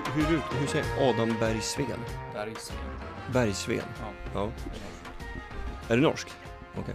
Hur säger Adam Bergsvén? Bergsvén? Ja. Är det norsk? Okej.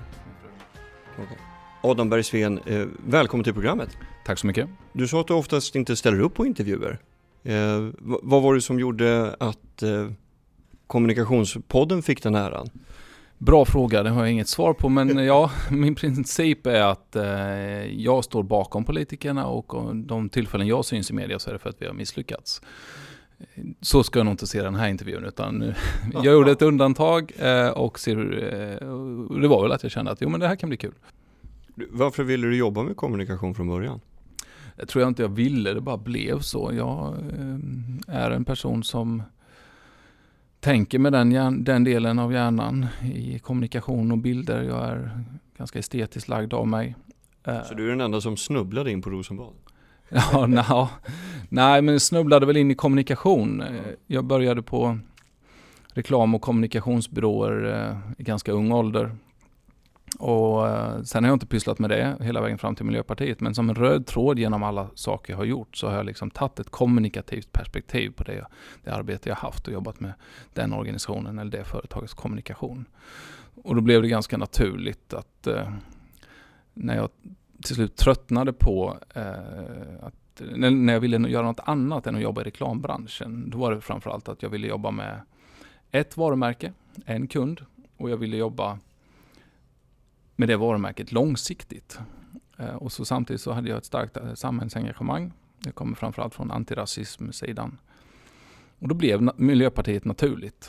Adam Bergsvén, välkommen till programmet. Tack så mycket. Du sa att du oftast inte ställer upp på intervjuer. Vad var det som gjorde att Kommunikationspodden fick den äran? Bra fråga, det har jag inget svar på, men ja, min princip är att jag står bakom politikerna och de tillfällen jag syns i media så är det för att vi har misslyckats. Så ska jag nog inte se den här intervjun, utan jag gjorde ett undantag och det var väl att jag kände att men det här kan bli kul. Varför ville du jobba med kommunikation från början? Det tror jag inte jag ville, det bara blev så. Jag är en person som tänker med den delen av hjärnan i kommunikation och bilder. Jag är ganska estetiskt lagd av mig. Så du är den enda som snubblade in på Rosenbad? Nej, men snubblade väl in i kommunikation. Jag började på reklam- och kommunikationsbyråer i ganska ung ålder. Och sen har jag inte pysslat med det hela vägen fram till Miljöpartiet. Men som en röd tråd genom alla saker jag har gjort så har jag liksom tagit ett kommunikativt perspektiv på det arbete jag haft och jobbat med den organisationen eller det företagets kommunikation. Och då blev det ganska naturligt att när jag till slut tröttnade på när jag ville göra något annat än att jobba i reklambranschen, då var det framförallt att jag ville jobba med ett varumärke, en kund, och jag ville jobba med det varumärket långsiktigt. Och så samtidigt så hade jag ett starkt samhällsengagemang. Det kommer framförallt från antirasism-sidan. Och då blev Miljöpartiet naturligt.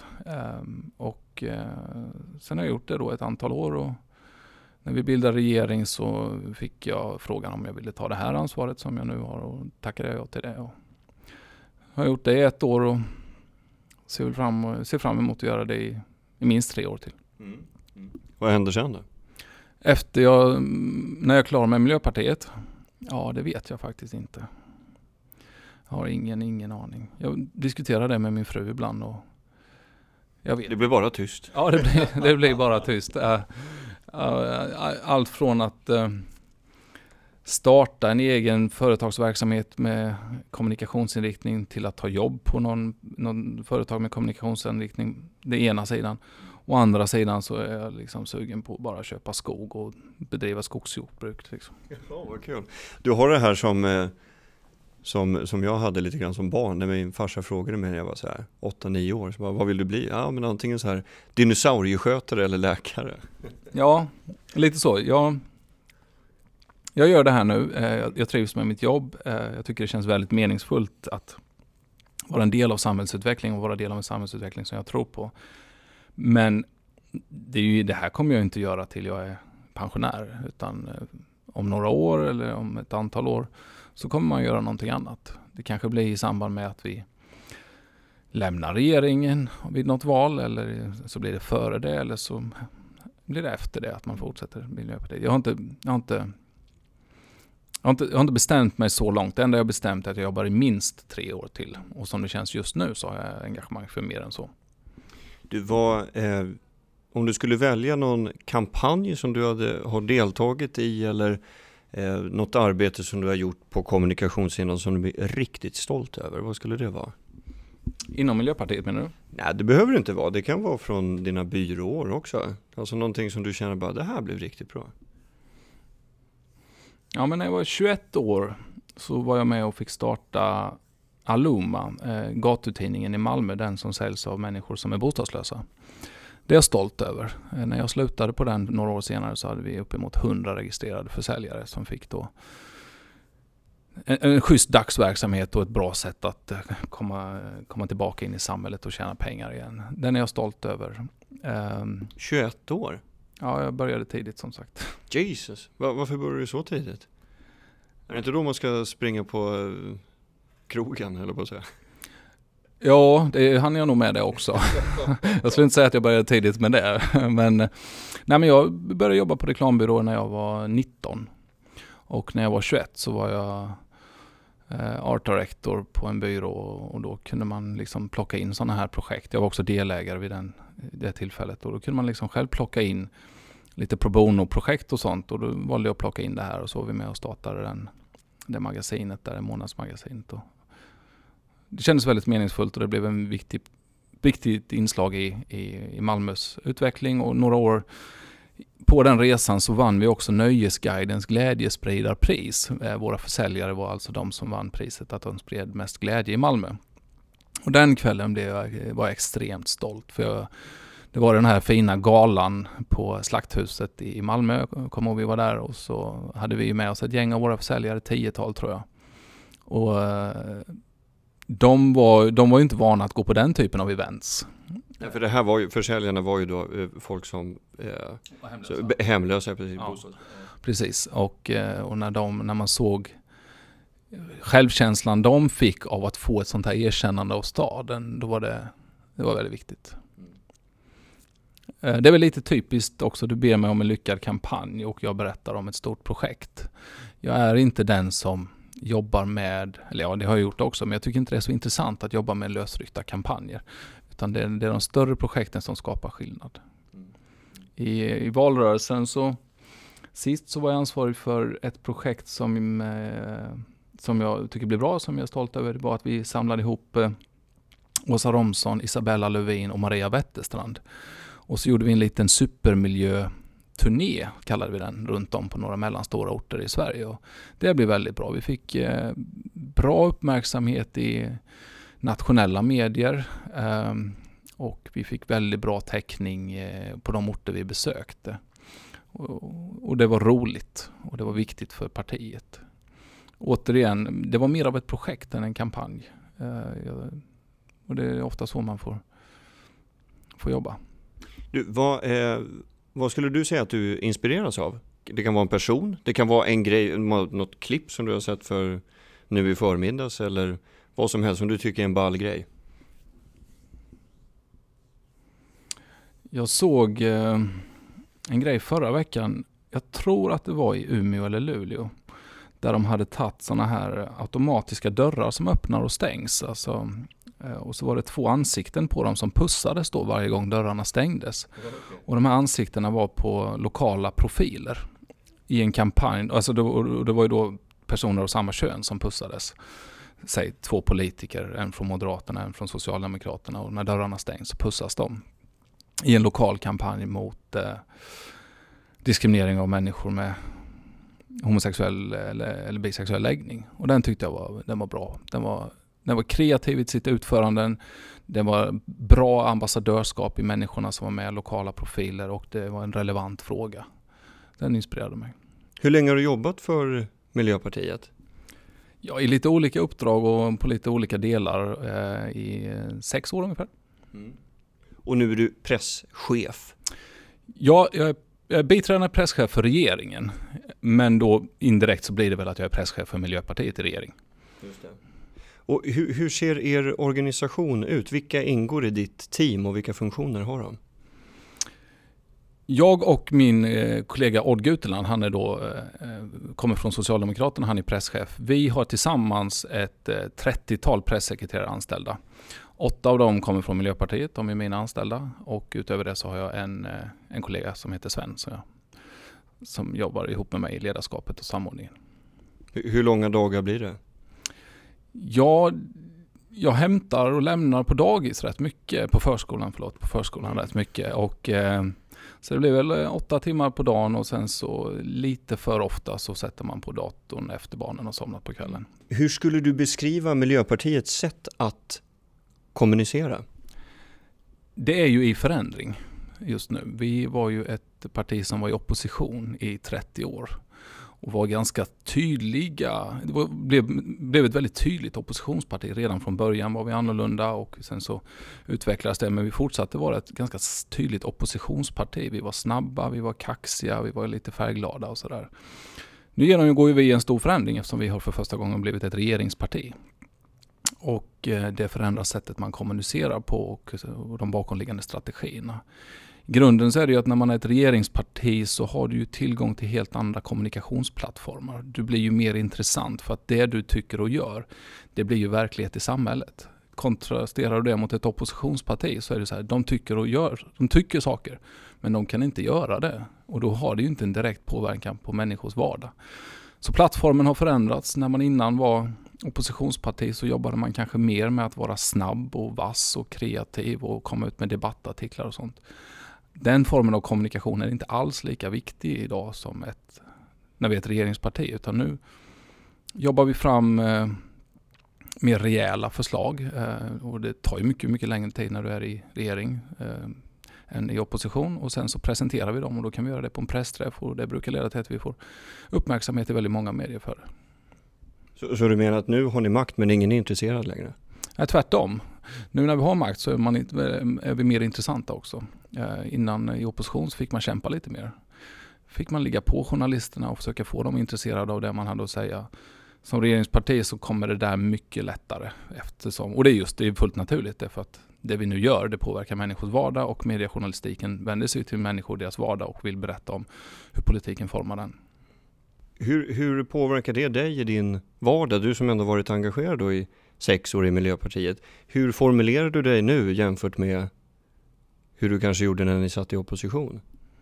Sen har jag gjort det då ett antal år, och när vi bildade regering så fick jag frågan om jag ville ta det här ansvaret som jag nu har, och tackade jag till det. Och jag har gjort det i 1 år och ser fram emot att göra det i minst 3 år till. Vad händer sen då? När jag klarar med Miljöpartiet? Ja, det vet jag faktiskt inte. Jag har ingen aning. Jag diskuterar det med min fru ibland och jag vet. Det blir bara tyst. Ja, det blir bara tyst. Allt från att starta en egen företagsverksamhet med kommunikationsinriktning till att ta jobb på någon företag med kommunikationsinriktning. Det ena sidan. Å andra sidan så är jag liksom sugen på att bara köpa skog och bedriva skogsjordbruk. Liksom. Ja, vad kul. Du har det här som jag hade lite grann som barn. När min farsa frågade mig när jag var så här 8-9 år. Så bara, vad vill du bli? Ja, men antingen så här dinosaurieskötare eller läkare. Ja, lite så. Jag gör det här nu. Jag trivs med mitt jobb. Jag tycker det känns väldigt meningsfullt att vara en del av samhällsutveckling och vara del av en samhällsutveckling som jag tror på. Men det här kommer jag inte göra till jag är pensionär, utan om några år eller om ett antal år så kommer man göra någonting annat. Det kanske blir i samband med att vi lämnar regeringen vid något val, eller så blir det före det, eller så blir det efter det att man fortsätter Miljöpartiet. Jag har inte bestämt mig så långt. Det enda jag har bestämt är att jag jobbar i minst 3 år till. Och som det känns just nu så har jag engagemang för mer än så. Om du skulle välja någon kampanj som du har deltagit i eller något arbete som du har gjort på kommunikationssidan som du är riktigt stolt över, vad skulle det vara? Inom Miljöpartiet menar du? Nej, det behöver det inte vara. Det kan vara från dina byråer också. Alltså någonting som du känner bara, det här blev riktigt bra. Ja, men när jag var 21 år så var jag med och fick starta Aluma, gatutidningen i Malmö, den som säljs av människor som är bostadslösa. Det är jag stolt över. När jag slutade på den några år senare så hade vi uppemot 100 registrerade försäljare som fick då en schysst dagsverksamhet och ett bra sätt att komma tillbaka in i samhället och tjäna pengar igen. Den är jag stolt över. 21 år? Ja, jag började tidigt som sagt. Jesus, varför började du så tidigt? Är det inte då man ska springa på krogen eller på att säga? Ja, det hann jag nog med det också. Jag skulle inte säga att jag började tidigt med det. Men jag började jobba på reklambyrå när jag var 19. Och när jag var 21 så var jag art director på en byrå. Och då kunde man liksom plocka in sådana här projekt. Jag var också delägare vid det tillfället. Och då kunde man liksom själv plocka in lite pro bono-projekt och sånt. Och då valde jag att plocka in det här. Och så var vi med och startade det magasinet där, månadsmagasinet. det kändes väldigt meningsfullt och det blev en viktigt inslag i Malmös utveckling. Och några år på den resan så vann vi också Nöjesguidens glädjespridarpris. Våra försäljare var alltså de som vann priset att de spred mest glädje i Malmö. Och den kvällen var jag extremt stolt, för det var den här fina galan på Slakthuset i Malmö. Jag kommer ihåg vi var där, och så hade vi med oss ett gäng av våra försäljare, 10-tal tror jag. Och de var ju inte vana att gå på den typen av events. Ja, för det här var ju, försäljarna var ju då folk som hemlösa precis. Ja, precis. Och när man såg självkänslan de fick av att få ett sånt här erkännande av staden, då var det var väldigt viktigt. Det är väl lite typiskt också, du ber mig om en lyckad kampanj och jag berättar om ett stort projekt. Jag är inte den som jobbar med, eller ja, det har jag gjort också, men jag tycker inte det är så intressant att jobba med lösryckta kampanjer. Utan det är de större projekten som skapar skillnad. I valrörelsen sist så var jag ansvarig för ett projekt som jag tycker blev bra, som jag är stolt över. Det var att vi samlade ihop Åsa Romson, Isabella Lövin och Maria Wetterstrand. Och så gjorde vi en liten supermiljöturné, kallade vi den, runt om på några mellanstora orter i Sverige. Och det blev väldigt bra. Vi fick bra uppmärksamhet i nationella medier och vi fick väldigt bra täckning på de orter vi besökte. Och det var roligt och det var viktigt för partiet. Återigen, det var mer av ett projekt än en kampanj. Och det är ofta så man får jobba. Du, vad skulle du säga att du inspireras av? Det kan vara en person, det kan vara en grej, något klipp som du har sett för nu i förmiddags, eller vad som helst som du tycker är en ball grej. Jag såg en grej förra veckan, jag tror att det var i Umeå eller Luleå, där de hade tagit såna här automatiska dörrar som öppnar och stängs. Alltså, och så var det 2 ansikten på dem som pussades då varje gång dörrarna stängdes. Och de här ansiktena var på lokala profiler i en kampanj. Alltså det var ju då personer av samma kön som pussades. Säg 2 politiker, en från Moderaterna, en från Socialdemokraterna, och när dörrarna stängs så pussas de i en lokal kampanj mot diskriminering av människor med homosexuell eller bisexuell läggning. Och den tyckte jag den var bra. Den var kreativ i sitt utföranden. Det var bra ambassadörskap i människorna som var med, lokala profiler, och det var en relevant fråga. Den inspirerade mig. Hur länge har du jobbat för Miljöpartiet? Ja, i lite olika uppdrag och på lite olika delar i 6 år ungefär. Mm. Och nu är du presschef. Ja, jag är biträdande presschef för regeringen. Men då indirekt så blir det väl att jag är presschef för Miljöpartiet i regering. Just det. Och hur ser er organisation ut? Vilka ingår i ditt team och vilka funktioner har de? Jag och min kollega Odd Guteland, han är då, kommer från Socialdemokraterna, han är presschef. Vi har tillsammans ett 30-tal pressekreterare anställda. 8 av dem kommer från Miljöpartiet, de är mina anställda. Och utöver det så har jag en kollega som heter Sven som jobbar ihop med mig i ledarskapet och samordningen. Hur långa dagar blir det? Ja, jag hämtar och lämnar på dagis rätt mycket, på förskolan rätt mycket. Och så det blir väl 8 timmar på dagen, och sen så lite för ofta så sätter man på datorn efter barnen och somnat på kvällen. Hur skulle du beskriva Miljöpartiets sätt att kommunicera? Det är ju i förändring just nu. Vi var ju ett parti som var i opposition i 30 år och var ganska tydliga. Det blev ett väldigt tydligt oppositionsparti. Redan från början var vi annorlunda och sen så utvecklades det. Men vi fortsatte vara ett ganska tydligt oppositionsparti. Vi var snabba, vi var kaxiga, vi var lite färgglada och sådär. Nu genomgår vi en stor förändring eftersom vi har för första gången blivit ett regeringsparti. Och det förändrar sättet man kommunicerar på och de bakomliggande strategierna. I grunden så är det ju att när man är ett regeringsparti så har du ju tillgång till helt andra kommunikationsplattformar. Du blir ju mer intressant för att det du tycker och gör, det blir ju verklighet i samhället. Kontrasterar du det mot ett oppositionsparti så är det så här, de tycker saker, men de kan inte göra det. Och då har det ju inte en direkt påverkan på människors vardag. Så plattformen har förändrats. När man innan var oppositionsparti så jobbade man kanske mer med att vara snabb och vass och kreativ och komma ut med debattartiklar och sånt. Den formen av kommunikation är inte alls lika viktig idag som när vi är ett regeringsparti, utan nu jobbar vi fram mer rejäla förslag och det tar ju mycket, mycket längre tid när du är i regering än i opposition, och sen så presenterar vi dem och då kan vi göra det på en pressträff och det brukar leda till att vi får uppmärksamhet i väldigt många medier för det. Så du menar att nu har ni makt men ingen är intresserad längre? Ja, tvärtom. Nu när vi har makt så är vi mer intressanta också. Innan i opposition så fick man kämpa lite mer. Fick man ligga på journalisterna och försöka få dem intresserade av det man hade att säga. Som regeringsparti så kommer det där mycket lättare och det är fullt naturligt därför att det vi nu gör, det påverkar människors vardag och mediejournalistiken vänder sig till människor i deras vardag och vill berätta om hur politiken formar den. Hur påverkar det dig i din vardag? Du som ändå varit engagerad då i 6 år i Miljöpartiet. Hur formulerar du dig nu jämfört med hur du kanske gjorde när ni satt i opposition?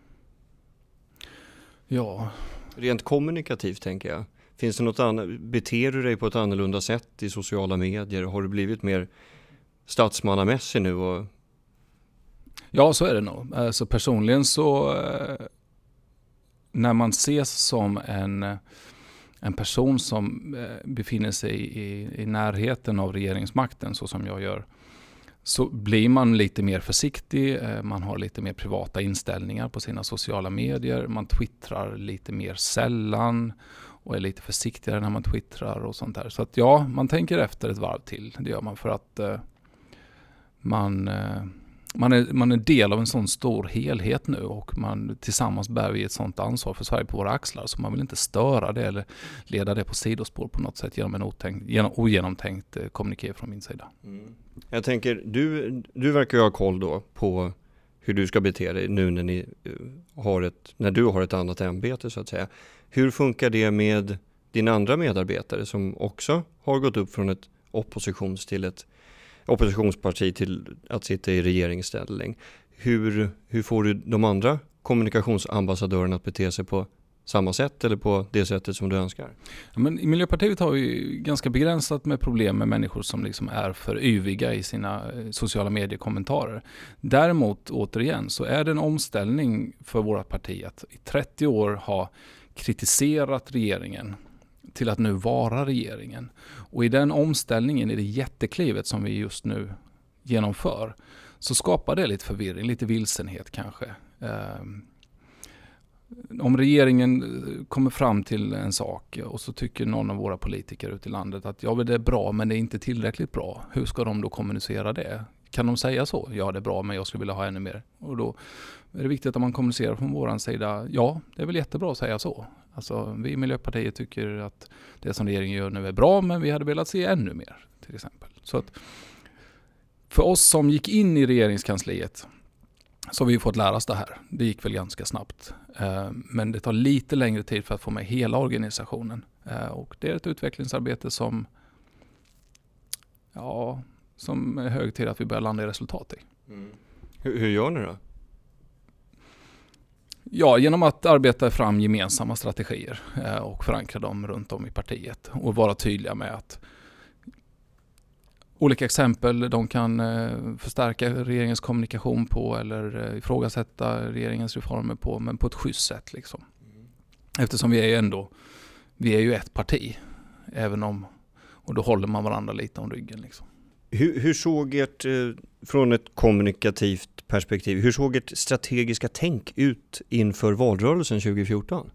Ja. Rent kommunikativt tänker jag. Finns det något annat? Beter du dig på ett annorlunda sätt i sociala medier? Har du blivit mer statsmannamässig nu? Ja, så är det nog. Alltså personligen så när man ses som en person som befinner sig i närheten av regeringsmakten så som jag gör, så blir man lite mer försiktig, man har lite mer privata inställningar på sina sociala medier, man twittrar lite mer sällan och är lite försiktigare när man twittrar och sånt där. Så att ja, man tänker efter ett varv till. Det gör man för att man är del av en sån stor helhet nu och tillsammans bär vi ett sånt ansvar för Sverige på våra axlar, så man vill inte störa det eller leda det på sidospår på något sätt genom en ogenomtänkt kommuniké från min sida. Mm. Jag tänker, du verkar ju ha koll då på hur du ska bete dig nu när du har ett annat ämbete så att säga. Hur funkar det med dina andra medarbetare som också har gått upp från ett oppositionsparti till att sitta i regeringsställning? Hur får du de andra kommunikationsambassadörerna att bete sig på samma sätt eller på det sättet som du önskar? Ja, men i Miljöpartiet har vi ganska begränsat med problem med människor som liksom är för yviga i sina sociala mediekommentarer. Däremot återigen så är det en omställning för vårt parti att i 30 år ha kritiserat regeringen till att nu vara regeringen. Och i den omställningen, i det jätteklivet som vi just nu genomför, så skapar det lite förvirring, lite vilsenhet kanske. Om regeringen kommer fram till en sak och så tycker någon av våra politiker ute i landet att ja, det är bra men det är inte tillräckligt bra. Hur ska de då kommunicera det? Kan de säga så? Ja, det är bra men jag skulle vilja ha ännu mer. Och då är det viktigt att man kommunicerar från våran sida. Ja, det är väl jättebra att säga så. Alltså, vi i Miljöpartiet tycker att det som regeringen gör nu är bra men vi hade velat se ännu mer till exempel. Så att för oss som gick in i regeringskansliet så har vi fått lära oss det här. Det gick väl ganska snabbt. Men det tar lite längre tid för att få med hela organisationen. Och det är ett utvecklingsarbete som är hög tid att vi börjar landa i resultat i. Mm. Hur gör ni då? Ja, genom att arbeta fram gemensamma strategier och förankra dem runt om i partiet. Och vara tydliga med att olika exempel de kan förstärka regeringens kommunikation på eller ifrågasätta regeringens reformer på, men på ett schysst sätt liksom. Eftersom vi är ju ett parti, och då håller man varandra lite om ryggen liksom. Hur såg från ett kommunikativt perspektiv, hur såg ert strategiska tänk ut inför valrörelsen 2014?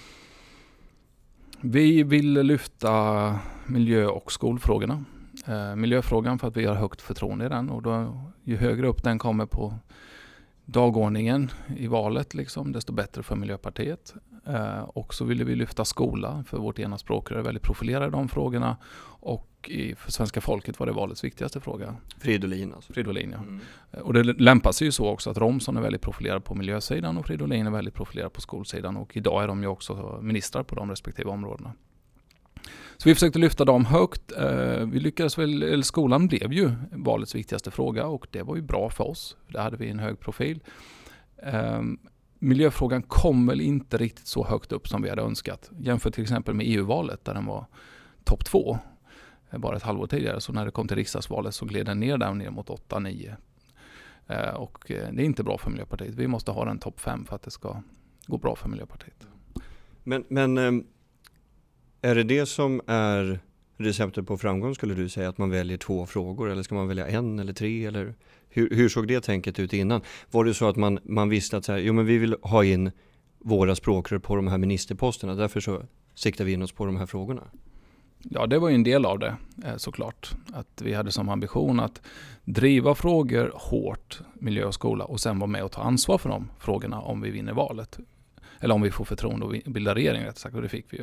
Vi vill lyfta miljö- och skolfrågorna. Miljöfrågan för att vi har högt förtroende i den, och då, ju högre upp den kommer på dagordningen i valet liksom, desto bättre för Miljöpartiet. Och så ville vi lyfta skola, för vårt ena språkrör är väldigt profilerade i de frågorna, och för svenska folket var det valets viktigaste fråga. Fridolin alltså. Fridolin, ja. Mm. Och det lämpar sig ju så också att Romson är väldigt profilerad på miljösidan och Fridolin är väldigt profilerad på skolsidan, och idag är de ju också ministrar på de respektive områdena. Så vi försökte lyfta dem högt. Vi lyckades skolan blev ju valets viktigaste fråga, och det var ju bra för oss. Där hade vi en hög profil. Miljöfrågan kom väl inte riktigt så högt upp som vi hade önskat. Jämfört till exempel med EU-valet där den var topp 2. bara ett halvår tidigare. Så när det kom till riksdagsvalet så gled den ner mot 8-9. Och det är inte bra för Miljöpartiet. Vi måste ha den topp 5 för att det ska gå bra för Miljöpartiet. Men är det som är receptet på framgång, skulle du säga, att man väljer 2 frågor, eller ska man välja 1 eller 3, eller hur såg det tänket ut innan? Var det så att man visste att så här, men vi vill ha in våra språkrör på de här ministerposterna, därför så siktar vi in oss på de här frågorna? Ja, det var ju en del av det, såklart. Att vi hade som ambition att driva frågor hårt, miljö och skola, och sen vara med och ta ansvar för de frågorna om vi vinner valet. Eller om vi får förtroende och bilda regering, rätt sagt, och det fick vi ju.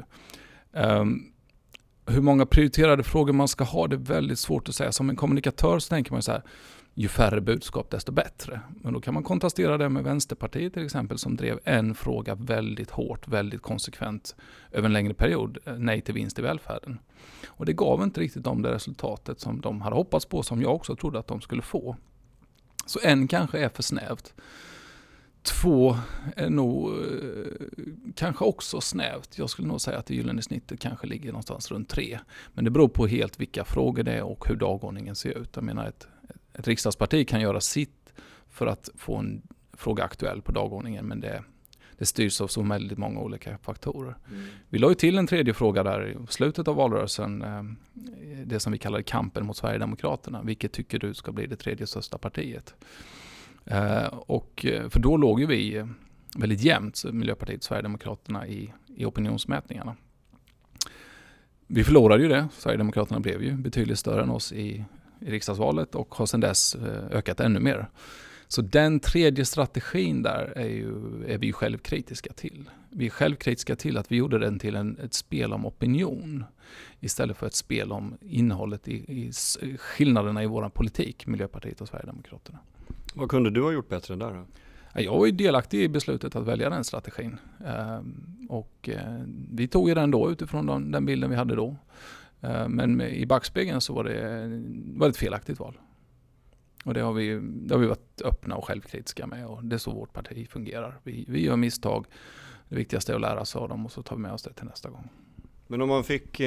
Hur många prioriterade frågor man ska ha, det är väldigt svårt att säga. Som en kommunikatör så tänker man så här, ju färre budskap desto bättre. Men då kan man kontrastera det med Vänsterpartiet till exempel, som drev en fråga väldigt hårt, väldigt konsekvent över en längre period, nej till vinst i välfärden. Och det gav inte riktigt det resultatet som de hade hoppats på, som jag också trodde att de skulle få. Så en kanske är för snävt. 2 är nog kanske också snävt. Jag skulle nog säga att det gyllene snittet kanske ligger någonstans runt 3. Men det beror på helt vilka frågor det är och hur dagordningen ser ut. Jag menar, ett riksdagsparti kan göra sitt för att få en fråga aktuell på dagordningen, men det styrs av så väldigt många olika faktorer. Vi la ju till en tredje fråga där i slutet av valrörelsen, det som vi kallar kampen mot Sverigedemokraterna. Vilket tycker du ska bli det tredje största partiet? För då låg ju vi väldigt jämnt, Miljöpartiet och Sverigedemokraterna, i opinionsmätningarna. Vi förlorade ju det. Sverigedemokraterna blev ju betydligt större än oss i riksdagsvalet och har sedan dess ökat ännu mer. Så den tredje strategin där är vi ju självkritiska till. Vi är självkritiska till att vi gjorde den till ett spel om opinion istället för ett spel om innehållet i skillnaderna i vår politik, Miljöpartiet och Sverigedemokraterna. Vad kunde du ha gjort bättre där då? Jag var ju delaktig i beslutet att välja den strategin. Vi tog ju den då utifrån den bilden vi hade då. Men i backspegeln så var det ett felaktigt val. Och det har vi varit öppna och självkritiska med, och det är så vårt parti fungerar. Vi gör misstag, det viktigaste är att lära sig av dem och så tar vi med oss det till nästa gång. Men om man fick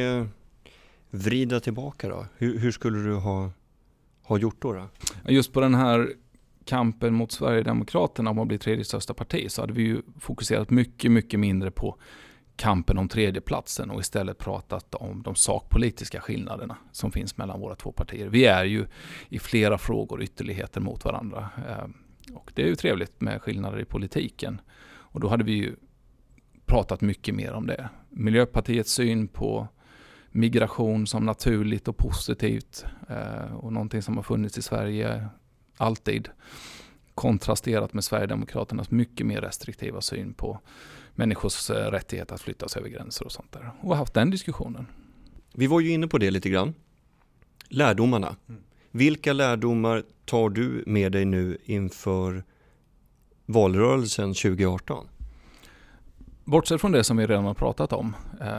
vrida tillbaka då, hur skulle du ha gjort då? Just på den här kampen mot Sverigedemokraterna om att bli tredje största parti så hade vi ju fokuserat mycket, mycket mindre på kampen om tredjeplatsen och istället pratat om de sakpolitiska skillnaderna som finns mellan våra 2 partier. Vi är ju i flera frågor ytterligheter mot varandra. Och det är ju trevligt med skillnader i politiken. Och då hade vi ju pratat mycket mer om det. Miljöpartiets syn på migration som naturligt och positivt och någonting som har funnits i Sverige alltid, kontrasterat med Sverigedemokraternas mycket mer restriktiva syn på människors rättighet att flytta sig över gränser och sånt där. Och haft den diskussionen. Vi var ju inne på det lite grann. Lärdomarna. Vilka lärdomar tar du med dig nu inför valrörelsen 2018? Bortsett från det som vi redan har pratat om,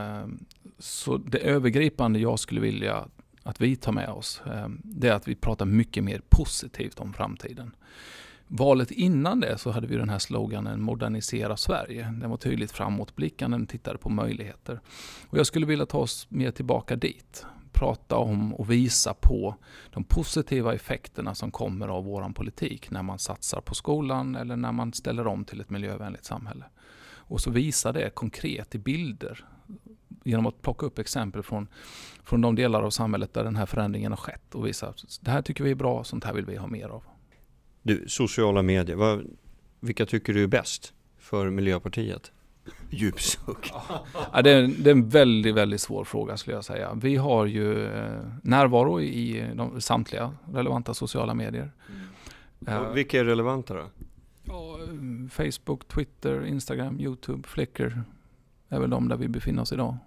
så det övergripande jag skulle vilja att vi tar med oss, det är att vi pratar mycket mer positivt om framtiden. Valet innan det så hade vi den här sloganen modernisera Sverige. Den var tydligt framåtblickande, den tittade på möjligheter. Och jag skulle vilja ta oss mer tillbaka dit. Prata om och visa på de positiva effekterna som kommer av våran politik när man satsar på skolan eller när man ställer om till ett miljövänligt samhälle. Och så visa det konkret i bilder genom att plocka upp exempel från de delar av samhället där den här förändringen har skett och visa att det här tycker vi är bra, sånt här vill vi ha mer av. Du, sociala medier, vilka tycker du är bäst för Miljöpartiet? Djupsuck. Ja, det är en väldigt, väldigt svår fråga skulle jag säga. Vi har ju närvaro i samtliga relevanta sociala medier. Vilka är relevanta då? Facebook, Twitter, Instagram, YouTube, Flickr är väl de där vi befinner oss idag.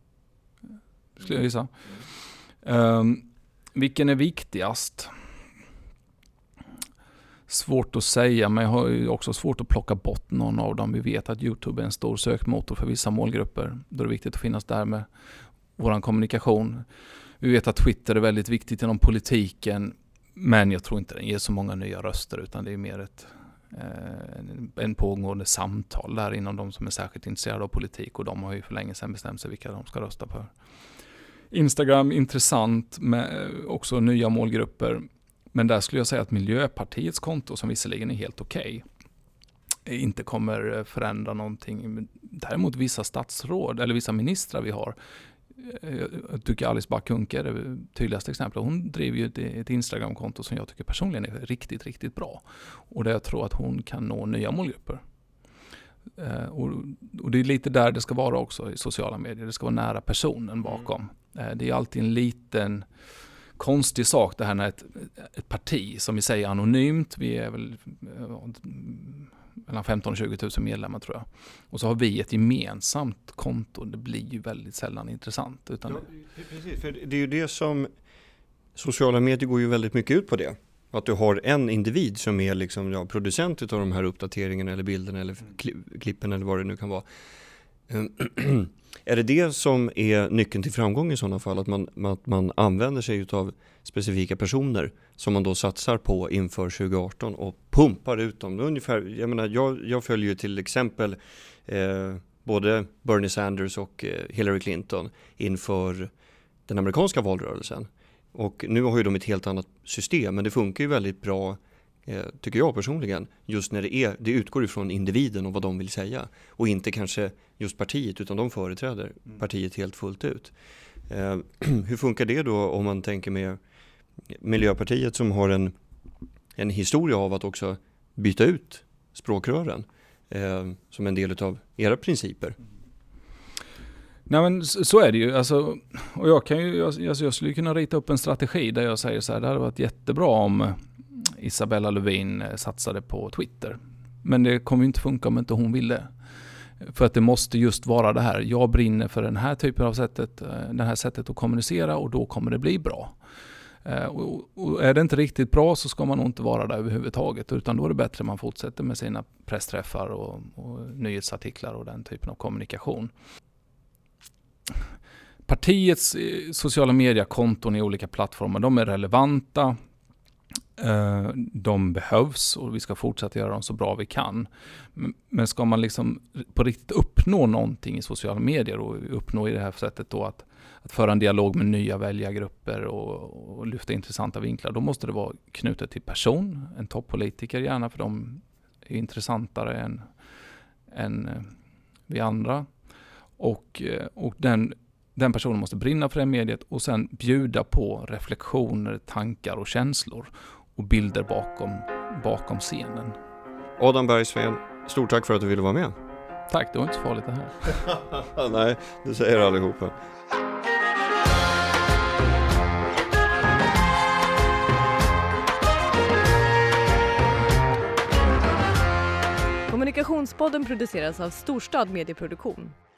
Skulle jag gissa. Vilken är viktigast? Svårt att säga, men jag har ju också svårt att plocka bort någon av dem. Vi vet att YouTube är en stor sökmotor för vissa målgrupper. Då är det viktigt att finnas där med vår kommunikation. Vi vet att Twitter är väldigt viktigt inom politiken, men jag tror inte den ger så många nya röster, utan det är mer en pågående samtal där inom de som är särskilt intresserade av politik, och de har ju för länge sedan bestämt sig vilka de ska rösta på. Instagram intressant med också nya målgrupper. Men där skulle jag säga att Miljöpartiets konto, som visserligen är helt okej, inte kommer förändra någonting. Däremot vissa statsråd eller vissa ministrar vi har. Jag tycker Alice Bah Kuhnke är det tydligaste exemplet. Hon driver ju ett Instagram-konto som jag tycker personligen är riktigt, riktigt bra. Och där jag tror att hon kan nå nya målgrupper. Och det är lite där det ska vara också i sociala medier. Det ska vara nära personen bakom. Det är alltid en liten konstig sak det här när ett parti som vi säger anonymt, vi är väl mellan 15 och 20 000 medlemmar tror jag. Och så har vi ett gemensamt konto. Det blir ju väldigt sällan intressant. Utan precis, för det är ju det som sociala medier går ju väldigt mycket ut på det. Att du har en individ som är liksom, producent av de här uppdateringarna eller bilderna eller klippen eller vad det nu kan vara. Är det som är nyckeln till framgång i sådana fall? Att man använder sig av specifika personer som man då satsar på inför 2018 och pumpar ut dem. Ungefär, jag följer ju till exempel både Bernie Sanders och Hillary Clinton inför den amerikanska valrörelsen. Och nu har ju de ett helt annat system, men det funkar ju väldigt bra tycker jag personligen, just när det utgår ifrån individen och vad de vill säga och inte kanske just partiet, utan de företräder partiet helt fullt ut. Hur funkar det då om man tänker med Miljöpartiet som har en historia av att också byta ut språkrören som en del av era principer? Nej, men så är det ju. Alltså, och jag skulle kunna rita upp en strategi där jag säger så här: det hade varit jättebra om Isabella Lövin satsade på Twitter. Men det kommer ju inte funka om inte hon ville. För att det måste just vara det här. Jag brinner för den här typen av det här sättet att kommunicera och då kommer det bli bra. Och är det inte riktigt bra så ska man nog inte vara där överhuvudtaget. Utan då är det bättre att man fortsätter med sina pressträffar och nyhetsartiklar och den typen av kommunikation. Partiets sociala mediekonton i olika plattformar, de är relevanta. De behövs och vi ska fortsätta göra dem så bra vi kan. Men ska man liksom på riktigt uppnå någonting i sociala medier och uppnå i det här sättet då att föra en dialog med nya väljargrupper och lyfta intressanta vinklar, då måste det vara knutet till person, en toppolitiker gärna, för de är intressantare än vi andra. Och den personen måste brinna för det mediet och sen bjuda på reflektioner, tankar och känslor och bilder bakom scenen. Adam Bergsved, stort tack för att du ville vara med. Tack, det var inte så farligt det här. Nej, det säger allihopa. Kommunikationspodden produceras av Storstad Medieproduktion.